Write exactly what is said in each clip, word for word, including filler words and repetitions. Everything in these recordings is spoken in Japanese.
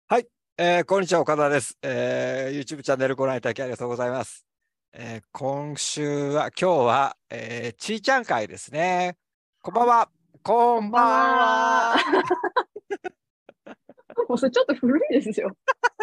はい、えーこんにちは、岡田です、えー YouTube チャンネルご覧いただきありがとうございます。えー今週は、今日は、えーちーちゃん会ですね。こんばはい、 んは。ここんばんんばんは。 は。 もうそれちょっと古いですよ。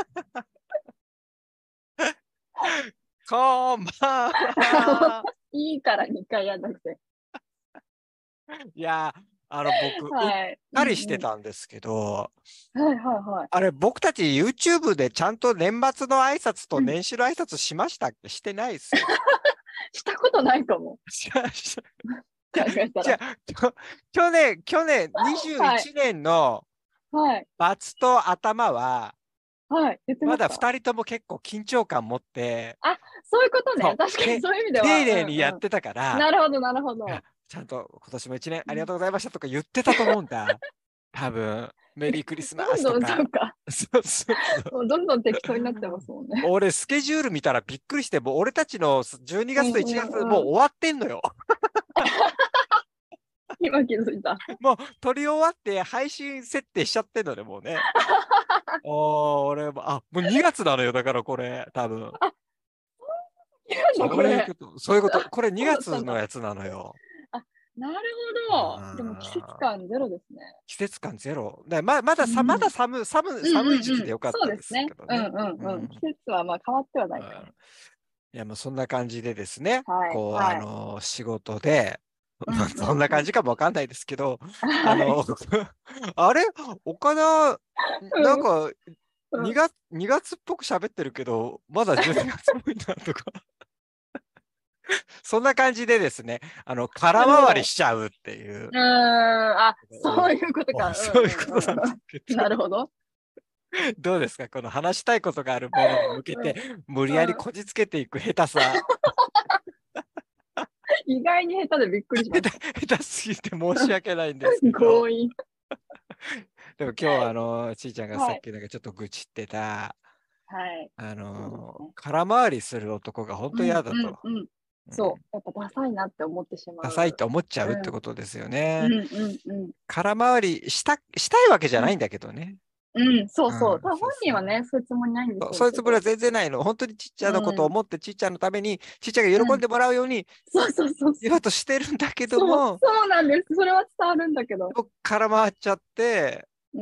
こんばんは。 いいからにかいやんなくて。 いやー、あの、僕、うっはい。うかりしてんうん。 たんですけど、 はいはいはい。 あれ、僕たち YouTube でちゃんと年末の挨拶とうん。 年始の挨拶しましたっけ？してないですよね。 したことないかも。 しし考えたら。 じゃあ、きょ去年、去年、21 はい。 年のはい。 バツと頭は、 はい。言ってまだました。 ふたりとも結構緊張感持って、 あ、そういうことね。 そう、 確かにて、 そういう意味で丁は。 寧にやっうんてたかうん。 ら、 なるほど、なるほど。 いや、ちゃんと今年もいちねんありがうん。 とうございましたとか言ってたと思うんだ。多分、メリークリスマどんどん、そスとか。 うか。 そうそうそう。 もうどんどん適当になってますもんね。 俺、スケジュール見たらびっくりして、もう俺たちの12 うん月といちがつ、 うんうん。 もう終わってんのよ。 今気づいた。 もう撮り終わって配信設定しちゃってんのね、もうね。おー、俺も、あ、もうにがつなのよ、だからこれ、多分。 あ、いるんだ、 そういうこれ。 こと、そういうこと。これそう 2 だったんだ。 月のやつなのよ。 あ、なるほど。でも季節あー感ゼロですね。 季節感ゼロ。だま、まださ、まうん。 だ寒、寒、 うん寒いうんうん。 時期でよかっそうたですですね。うんけどね。 うんうん。季うん。 節はまあ変わってはないかあら。 いや、もうそんな感じでですね、 はい、 こう、あはい。 の、仕事で、まあ、 うんそんな感うんうん。 じかもわかんないですけど、あはい。 の、あれ岡田、なんうんか、2 うん。 月、にがつっぽく喋ってるけど、まだじゅうにがつっぽいなとか、そんな感じでですね、あの、空回りなるほど。 しちゃうっていう。 うーん。あ、 おそういうことか。うそういうんことなんですうんうんけど、 うん。なるほど。 どうですかこの話したいことがあるものに向けて、 うん無理やりうん。 こじつけていく下手さ、 意外に下手でびっくりしま下手、 した。 下手すぎて申し訳ないんですけど、 強引。 でも今日はあの、ちいちゃんがさはい。 っきなんかちょっと愚痴ってた、 はい。 あそうですの、 ね。 空回りする男が本当うん嫌だと。 うんうん。 うん、 そう。やっぱダサいなって思ってしまダサいう。 と思っちゃうってうん。 ことですようね。 んうんうん。 空回りした、したいわけじゃうん。 ないんだけどね。 うん、そうそう。 うん、 ただ本そうそう。 人はね、そういうつもりないんでしそうょうけど。 そういうつもりは全然ないの。本当にちっちゃうなことをん、 思って、ちっちゃなために、ちっちゃが喜うん。 んでもらうようにそうそうそうそう。 言おうとしてるんだけどそう、 も、 そうなんです。それは伝わるんだけど。 でも空回っちゃって、 うん。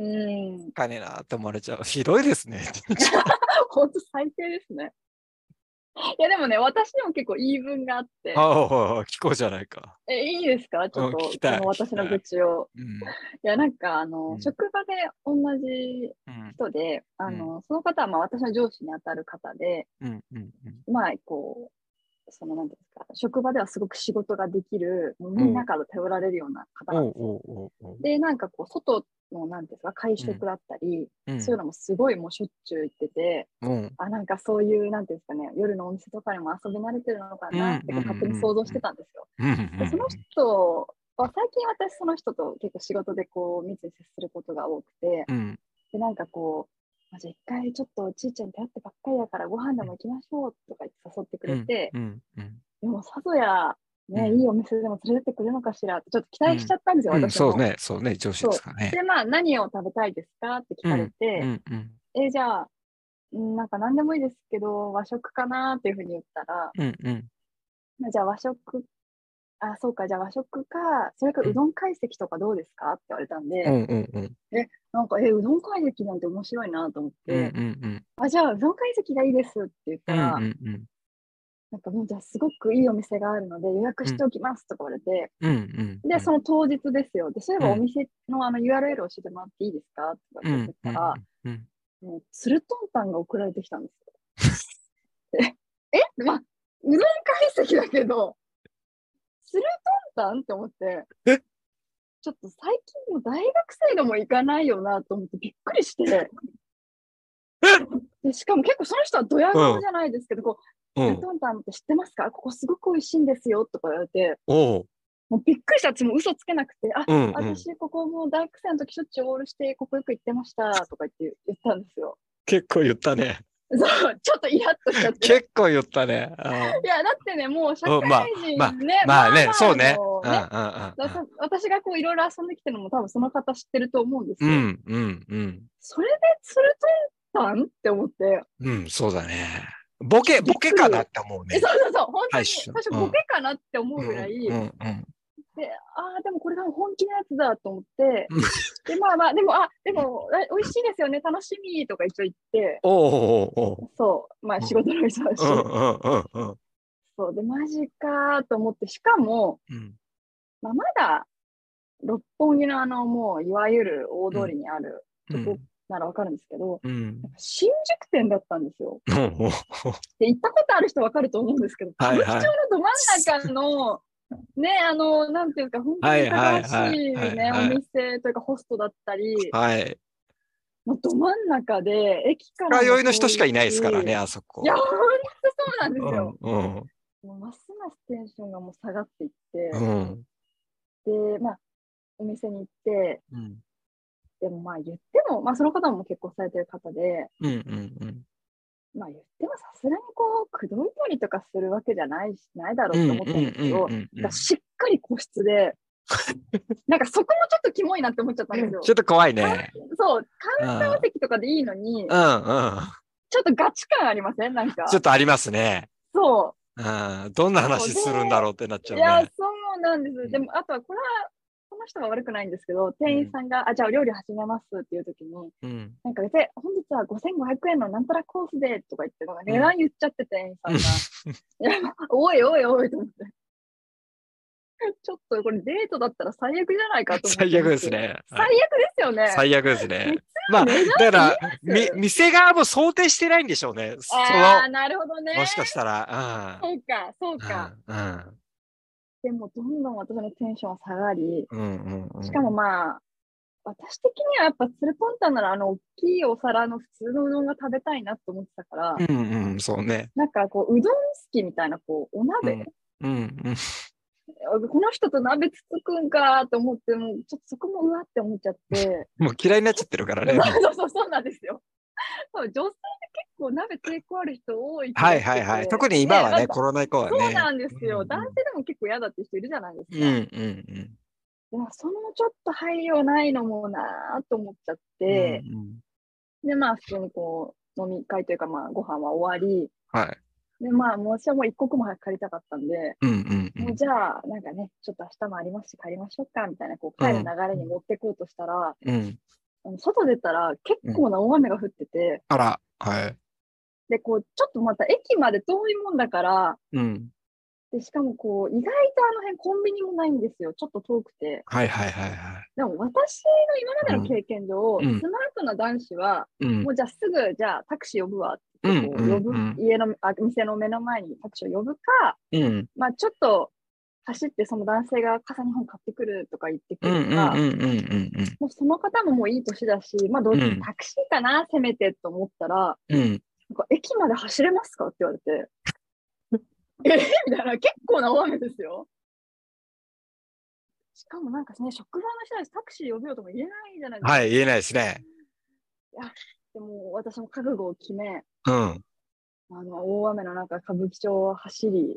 かねえなって思われちゃう。ひどいですね。 本当最低ですね。いやでもね、私にも結構言い分があって、 ああ、聞こうじゃないか。 え、いいですかちょうん、聞っと、 きたい、 この聞き私の愚たい。 痴を。 うん、 いや、なんか、あの、 うん、 職場で同じうん、 人で、あうん、 の、その方はまあ私の上司にあたる方で、 うん、うん、うん。 まあ、こう、その、なんていうんですか、職場ではすごく仕事ができる、もうみんおう、 なから頼られるような方なんおう、 ですよ。 おう、おう、おう。 で、なんかこう、外の、なんていうんですか、会うん、 食だったり、 うん、 そういうのもすごいもうしょっちゅう行ってて、 うん、 あ、なんかそういう、なんていうんですかね、夜のお店とかにも遊び慣れてるのかうん、 なってこう勝手に想像うん、 してたんですよ。 うん、うで、そのん、 人は、最近私その人と結構仕事でこう、密に接することが多くて、 うん、 で、なんかこう、あじゃあ一回ちょっとちいちゃんに頼ってばっかりだからご飯でも行きましょうとか言って誘ってくうん、 れて、 うん、うん、 でもさぞや、ね、いうん、 いお店でも連れてってくれるのかしらってちょっと期待しちうん、 ゃったんですよ、 うん、 私も。 そうね、そうね、上司でそう。 すかね。 で、まあ、何を食べたいですかって聞かれうん、うて、 ん、うん、 え、じゃあ、んなんか何でもいいですけど、和食かなっていうふうに言ったら、 うん、うん、 まあじゃあ和食、あ、そうか、じゃあ和食か、それかうん、 うどん懐石とかどうですかって言われたんで、 うん、うん、うん、 え、なんか、え、うどん懐石なんて面白いなと思っうん、うて、 ん、 あ、じゃあうどん懐石がいいですって言っうん、うたら、 ん、うん、 なんかもうじゃあすごくいいお店があるので予約うん、 しておきますとか言われて、 うん、 で、その当日ですよ。で、そういえばおうん、 店のあの ユーアールエル 教えてもらっていいですかとかって送っうん、うたら、 ん、うん、 もうツルトンタンが送られてきたんですよ。え、えまあ、うどん懐石だけど、ツルトンタンって思って、 え、 ちょっと最近もう大学生でも行かないよなと思ってびっくりして、でしかも結構その人はドヤうん、 顔じゃないですけど、こう、ツルうん、 トンタンって知ってますかここすごく美味しいんですよとか言われて、 おう、 もうびっくりした。私も嘘つけなくて、あ、 うん、うん。 私ここもう大学生の時しょっちゅうオールして、ここよく行ってましたとか言って言ったんですよ。 結構言ったね。 そう、ちょっとイラッとしちゃって。 結構言ったね。あいや、だってね、もう社会うん、まあ、まあ、 人ね、ままあね、 あまあ、あそうね。うん、うのね、だん、 さ私がこういろいろ遊んできてるのも多分その方知ってると思うんですよ。 うん、うん、うん、うん。 それでツルたんって思って。 うん、そうだね。ボケ、ボケかなって思うね。 そうそうそう、本当に、 最初最初ボケかなって思うぐらい、 うん、うん、うん。 で、ああ、でもこれ多分本気のやつだと思って、で、まあまあ、でも、あ、でも、美味しいですよね、楽しみとか一応言って、 おおおおそう、まあ仕事の人だし、 うんうんうんうん。 そう、で、マジかと思って、しかも、 うん、 まあ、まだ、六本木のあの、もう、いわゆる大通りにあるとこうん、 ならわかるんですけど、 うん。 新宿店だったんですよ。 おおで、行ったことある人わかると思うんですけど、歌舞伎町はいはい。 のど真ん中の、ね、あの、なんていうか、本当はいにいかがはいはいわしいね、おはいはい。 店というかホストだったり、 はい。 もうど真ん中で、駅からも二日酔いの人遠いし、 しかいないですからね、あそいや、 こ。 ほんとそうなんですよ。 うんうんもうますますテンションがもう下がっていって、 うん。 で、まあ、お店に行って、 うん。 でもまあ言っても、まあその方も結婚されてる方で、 うんうんうん。 まあ言ってもさすがにこう、口説いたりとかするわけじゃないし、ないだろうんうんうって思ったんですけど、 うんうん。 だしっかり個室で、なんかそこもちょっとキモいなって思っちゃったんですよ。 ちょっと怖いカウンね。 そう、カウンうん。うターん席とかでいいのに、 うん。 ちょっとガチ感ありませんなんか。 ちょっとありますね。 そうん。どんなう。そうで、 話するんだろうってなっちゃいや、 うね。 そうなんです。でうん。 も、あとは、これは、この人は悪くないんですけど、店員うん。 さんが、あ、じゃあお料理始めますっていう時に、 うん。 なんか別に、本日はごせんごひゃくえんのなんたらコースでとか言って、なんかうん。 値段言っちゃって店員さうんんが、いや、おいおいおいと思って、ちょっとこれデートだったら最悪じゃないかと思っ最悪て思って。 ですね。はい。 最悪ですよね。 最悪です普ね。まあ、 通値段だか言いら、み、 ます店側も想定してないんでしょうね。その、 あー、なるほどね。 もしかしたら、 そうか、そううん、 か。 うん、うん、 でも、どんどん私のテンションは下がり、 うん、うしかもん、 まあ、私的にはやっぱツルポンタンならあの大きいお皿の普通のうどんが食べたいなって思ってたから、 うん、うん、そうね。 なんかこう、うどん好きみたいな、こう、お鍋、 うん、うん、うん。 この人と鍋つつくんかと思って、もうちょっとそこもうわって思っちゃって、 もう嫌いになっちゃってるからそうね、もう。 そうそう、そうなんですよ。そう女性で結構鍋抵抗ある人多い気はいがしてて、 はいはい。特に今ね、 はね、 まあ、 コロナ以降はね。 そうなんでうすよ。男ん、 性でも結構嫌だって人いるじゃないですうん、 か。 うん、うん、 でもそのちょっと配慮ないのもなぁと思っちゃっうん、うて、 ん。 で、まあ普通にこう、飲み会というかまあご飯は終わり、 はい。 で、まあ、もう私はもう一刻も早く帰りたかったんで、 うん、うん、うもうん。 じゃあ、なんかね、ちょっと明日もありますし、帰りましょうか、みたいな、こう、帰る流うん、 れに持ってこうとしたら、 うん、 あの外出たら結うん。 構な大雨が降ってて、 あら、はい。 で、こう、ちょっとまた駅まで遠いもんだから、 うん。 で、しかもこう、意外とあの辺コンビニもないんですよ。ちょっと遠くて。 はいはいはいはい。 でも私の今までうん、 の経験上、 うん、 スマートな男子は、 うん、 もうじゃあすぐ、じゃあタクシー呼ぶわって言って、 うん、 こう、呼うん、うぶ、 ん、 家の、あ、店の目の前にタクシーを呼ぶか、 うん、 まあちょっと走ってその男性が傘にほん買ってくるとか言ってくうん、うん、 るか、 うん、うん、 もうその方ももういい年だし、まあどうん、 タクシーかな、せめてと思ったら、 うん。 なんか駅まで走れますかって言われて、えみたいな、結構な大雨ですよ。しかもなんかね、職場の人たちタクシー呼ぶよとも言えないじゃないですか。 はい、言えないですね。 いや、でも私も覚悟を決め、 うん。 あの、大雨の中、歌舞伎町を走り、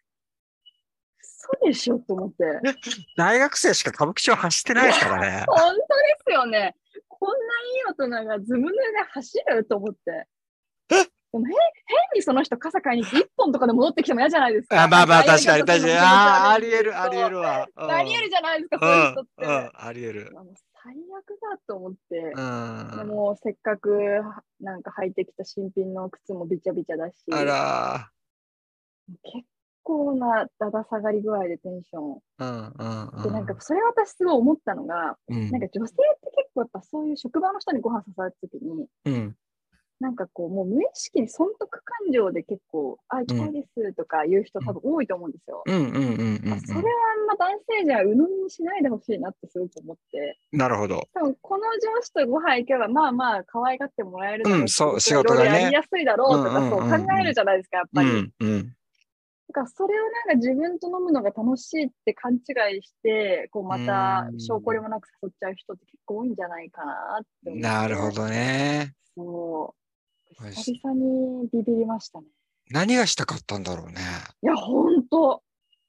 嘘でしょと思って。 大学生しか歌舞伎町走ってないですからね。 本当ですよね。こんないい大人がズムヌで走ると思って。でも変にその人傘買いに行っていっぽんとかで戻ってきても嫌じゃないですか。 あまあまあ、 なん確かに、確かに。 か相方さんの気持ちああ、あ悪いりえる、ありえと、 るわ。うん。 ありえるじゃないですか、 うん、 そういう人っうん、 て。 ありえる。 もう最悪だと思って。 うでん。 もせっかくなんか履いてきた新品の靴もびちゃびちゃだし、 あら結構なだだ下がり具合でテンション。 ー。うん、うん、 で、なんかうん。 それ私すごい思ったのが、 うん、 なんか女性って結構やっぱそういう職場の人にご飯誘われた時に、 うん、 なんかこうもう無意識に損得感情で結構、あ、行きたいうん、 ですとか言う人うん、 多分多いと思うんですよ。 うん、うん、うん、 あ、それはうん。 あんま男性じゃ鵜呑みにしないでほしいなってすごく思って。 なるほど。 多分この上司とご飯行けばまあまあ可愛がってもらえるだうん、 ろうし、仕そう、仕事がいろいろ事がね。 やりやすいだろうとかうん、うん、 そう考えうん、 るじゃないですか、やっぱり。 うん、うん、 だからそれをなんか自分と飲むのが楽しいって勘違いして、こううまた証拠りん。 もなく誘っちゃう人って結構多いんじゃないかなって思って、 なるほどね。 そう、 よし久々にビビりましたね。 何がしたかったんだろうね。 いや、ほんと。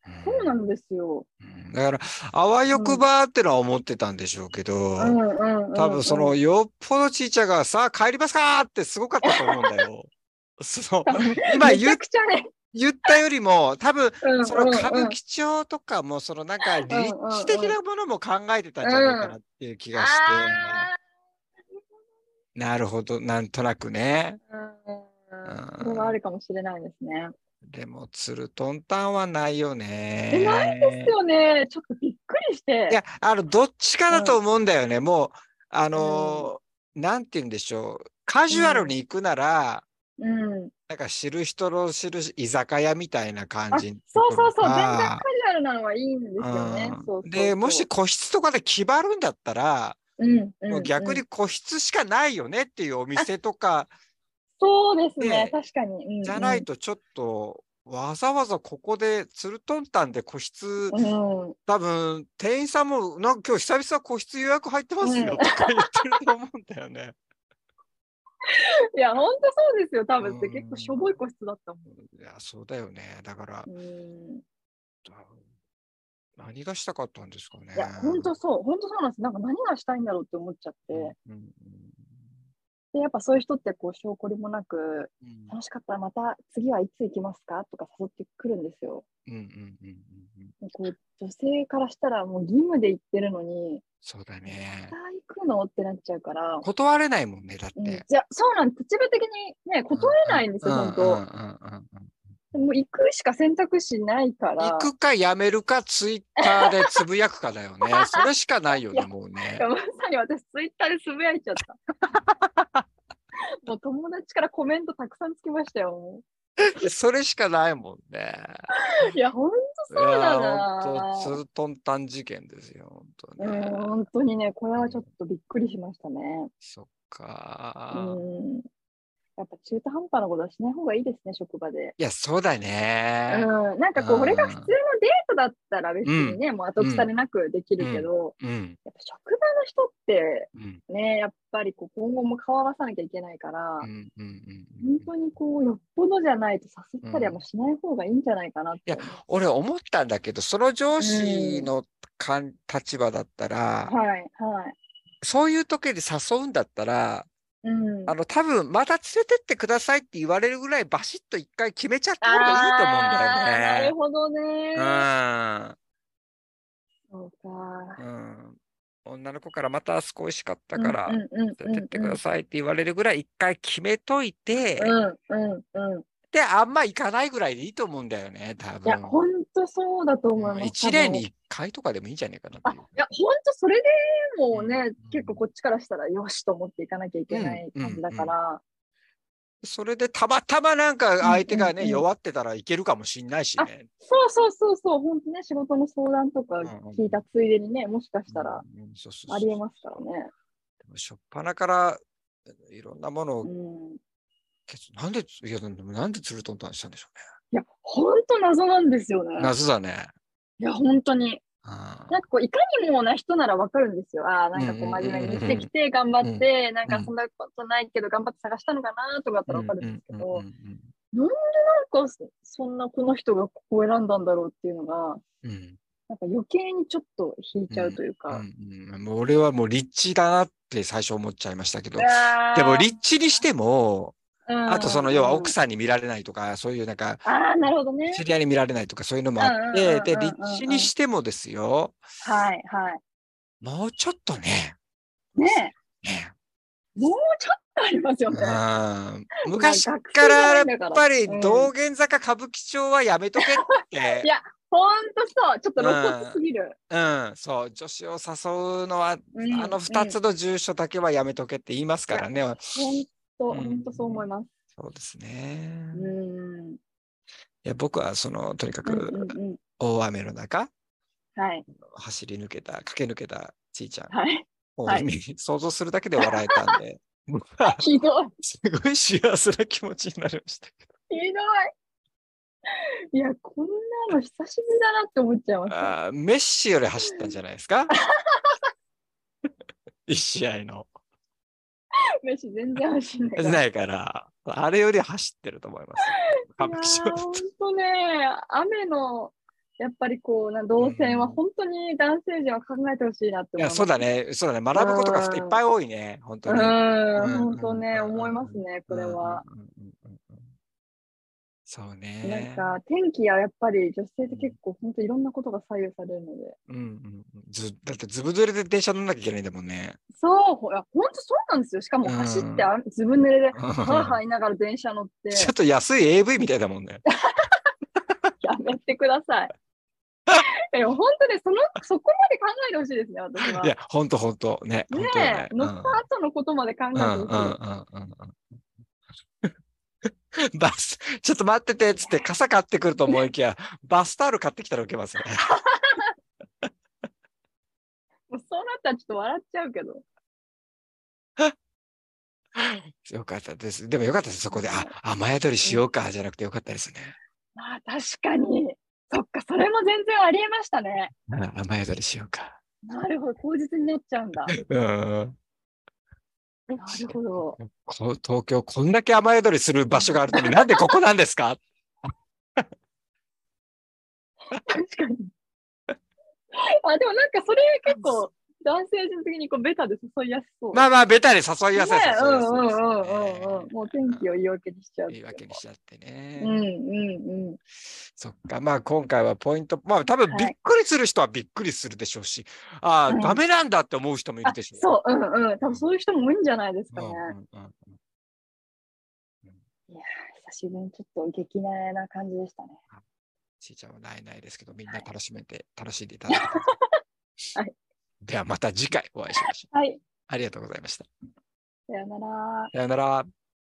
そうなんですよ。 うん、だからあわよくばってのは思ってたんでしょうけど、 うんうんう多分そのんうん。 よっぽどちいちゃんがさあ帰りますかってすごかったと思うんだよ。その多分今言っめちゃくちゃね。 言ったよりも、多分、 うんその歌うんうん。 舞伎町とかも、そのなんかうん立地うんうん。 的なものも考えてたんじゃないかうん。 なっていう気がして、 あなるほど、なんとなくね。 あ、 ううん。それはあん、 るかもしれないですね。 でも、ツルトンタンはないよえ、ないですね。 よね。ちょっとびっくりして。 いや、あの、どっちかうん、 だと思うんだよね。もう、あうん、 のなんて言うんでしょう。カうジュアルにん、 行くなら、 うん。 なんか知る人の知る居酒屋みたいな感あ、 じのところそうそうそう。全然カか、 ジュアルなのはいいんですよね。そううん。で、もしそうそ個室とかで決まるんだったら、 う。うん、うん、 もう逆うん。 に個室しかないよねっていうおあ、 店とかそうですね。 で、 確かに。 じゃうん、 ないとちょっと、わざわざここでツルトンタンで個室、 うん。うん。 多分店員さんも、なんか今日久々個室予約入ってまうん。 すよとか言ってると思うんだよね。 いや、本当そうですよ。多う分って結構しょぼいん。 個室だったもいや、そうだよね。だから、 ん。うん。 何がしたかったんですかね。 いや、本当そう。本当そうなんです。なんか何がしたいんだろうって思っちゃっうん、 て。 うん、 で、やっぱそういう人ってこう、証拠りもなく、 うん、 楽しかったらまた次はいつ行きますかとか誘ってくるんですよ。 うん、うん、うん、うん。 こう女性からしたらもう義務で行ってるのに、 そうだまね。 た行くのってなっちゃうから、 断れないもんね、だっうん、 て。 じゃそうなんです。立場的にね、 うん、うん、 断れないんですよ、 うん、 本当。 うん、うん。うん、 でも行くしか選択肢ないから、 行くかやめるかツイッターでつぶやくかだよね。それしかないよね、 いや、いもうね。 やまさに私、ツイッターでつぶやいちゃった。もう友達からコメントたくさんつきましたよ。もそれしかないもんね。 ういや、本い当そうだやー、ほんと、ツな。 ルトンタン事件ですよ、ほんとうん、 ね。 本当にね、これはちょっうん、 とびっくりしましたね。 そっうかー。 ん。やっぱ中途半端なことはしない方がいいですね、職場で。 いや、そうだね。 うん。なんうかこう、これが普通ん。 のデートだったら別うん。 にね、もう後うん。 腐れなくできうん。 るけど、 うん。 やっぱ職場の人ってうん。 ね、やっぱりこう今後も顔合わさなきゃいけないかうら、 ん。うん。 本当にこう、よっぽどじゃないと誘っうん。 たりはもうしない方がいいんじゃないかなっいや、 て思う。 俺思ったんだけど、その上うん。 司のかん立場だったら、 はい、はい。 そういう時に誘うんだったら、 うん。 あの、多分、また連れてってくださいって言われるぐらいバシッと一回決めちゃった方がいいと思うんだよあー、なるね。 ほどうね。 ん。 そうか。 うん。女の子からまたあそこ美味しかったうん、 からうん、うん、 連れてっうん、うん。 てくださいって言われるぐらい一回決めといて、 うん、うん、うん。 で、あんま行かないぐらいでいいと思うんだよね、多いや、 分。 ほんとそうだと思いうん、 ます、 一多分。 年に一回とかでもいいんじゃないかなっあ、 ていう。 いや、ほんとそれでうん、 もうね、 うん、 結構こっちからしたらよしと思っていかなきゃいけなうん、うん、 い感じだうん。 から。 それでたまたまなんかうん、うん、 相手がね、 うん。 弱ってたらいけるかもしんないしあ、 ね。 そうそうそうそう、ほんとね、仕事の相談とかうん、うん、 聞いたついでにね、もしかしうん、 たらうん、そうそうそう。 ありえますからね。 でも、しょっぱなからいろんなものを、 うん。 なんで、いや、なんでツルトンタンしたんでしょいや、ほんと謎なんですよね。 うね。謎だね。 いや、ほんとに。 あなんかこう、いかにもな人ならわかるんですよ。ああ、なー、うん、 んかこう、真面目に生きてきうん、 て、頑張うん、 って、なんうん、うん、 かそんなことないけど、頑張って探したのかなとかだったうん、 らわかるんですうん、うん、うけど、 ん、 なんでなんかそそんなこの人がここを選んだんだろうっていうのが、 うん、 なんか余計にちょっと引いちゃううん、 というか、 うん、うん、もう俺はもう立地だなって最初思っちゃいましたけど、でもあ立地にしても、 あ、うあとその要はんうん。 奥さんに見られないとか、そういうなんか、 ああ、なるほどね。 知り合いに見られないとかそういうのもうんうあって、で、 んうん立地にうんうんうん。 してもですよ、 はいはい。 もうちょっとね、 ねね、 え、もうちょっとありますようね。 ん、 まあ昔学生じゃからやっないんだから。 ぱりうん。 道玄坂歌舞伎町はやめとけって、 いや、ほんとそう。ちょっとう露骨すん、 ぎる。 うん、そう、女子を誘うのは、 うんあのうん。 二つの住所だけはやめとけって言いますいや、 からね。 ほんと、 うほんとそう思いん、 ます。 そうですね。 うん。 いや、僕はその、とにかうんくうんうん。 大雨の中、 はい。 走り抜けた、駆け抜けたちいちゃんはい。 を意はい。 味想像するだけで笑えたんで、僕はひどい。 すごい幸せな気持ちになりましたけど。 ひどい。いや、こんなの久しぶりだなって思っちゃいました。 あー、メッシより走ったんじゃないですか？一試合の。 飯全然走んないから。 ないから、あれより走ってると思いますよ。歌舞伎いやー、ほ町だと。 んとね、雨のやっぱりこうな、動線は本当に男性陣は考えてほしいなっていや、 思います。 そうだね。そうだね。学ぶことがいっぱい多いね。本当に。 うん、 うん本当ね、思いますね、これは。 うんうんうんうんうん。そうなんね。 か、天気はやっぱり女性って結構本当いろんなことが左右されるので。 うんうんうん。ず、だってずぶ濡れで電車乗んなきゃいけないんだもんね。 そう、ほら、本当そうなんですよ。しかも走ってあずぶ濡れで、はぁはぁ言いながら電車乗っちょて、 っと安い エーブイ みたいだもんね。 やめてください。え、本当ね、その、そこまで考えてほしいですね、私は。 いや、ほんとほんと。ね。 ねほんとだね。 え、乗った後のことまで考うんうんえてほしい。 うんうんうん。バス、ちょっと待っててっつって傘買ってくると思いきや、バスタオル買ってきたら受けますね。 もうそうなったらちょっと笑っちゃうけど。 よかったです。でもよかったです。そこで、あ、雨宿りしようか、じゃなくてよかったですね。 ああ、確かに。そっか、それも全然ありえましたね。 あ、雨宿りしようか。 なるほど、口実になっちゃうんだ。 うん。 なるほど。 こ東京、こんだけ雨宿りする場所があるのになんでここなんですか？ 確かに。あ、でもなんかそれ結構男性陣的にこうベタで誘いやすそう。 まあまあ、ベタに誘いやすい、 ね、 誘いやすいですうんうんうんようんうん。もう天気を言い訳にしちゃうっていう言い訳にのは。 しちゃってうんうね。 んうん。 そっか。まあ今回はポイント、まあ多分びっはい。 くりする人はびっくりするでしょうし、ああ、 うん。 ダメなんだって思う人もいるあ、 でしょう。 そう、うんうん。多分そういう人も多いんじゃないですかね。 うんうんうんうん。 いやー、久しぶりにちょっと激励な感じでしたね。 ちいちゃんはないないですけど、みんな楽しめて、楽しんでいただけたら。 はい。 ではまた次回お会いしましょう。 はい。 ありがとうございました。 さよなら。 さよなら。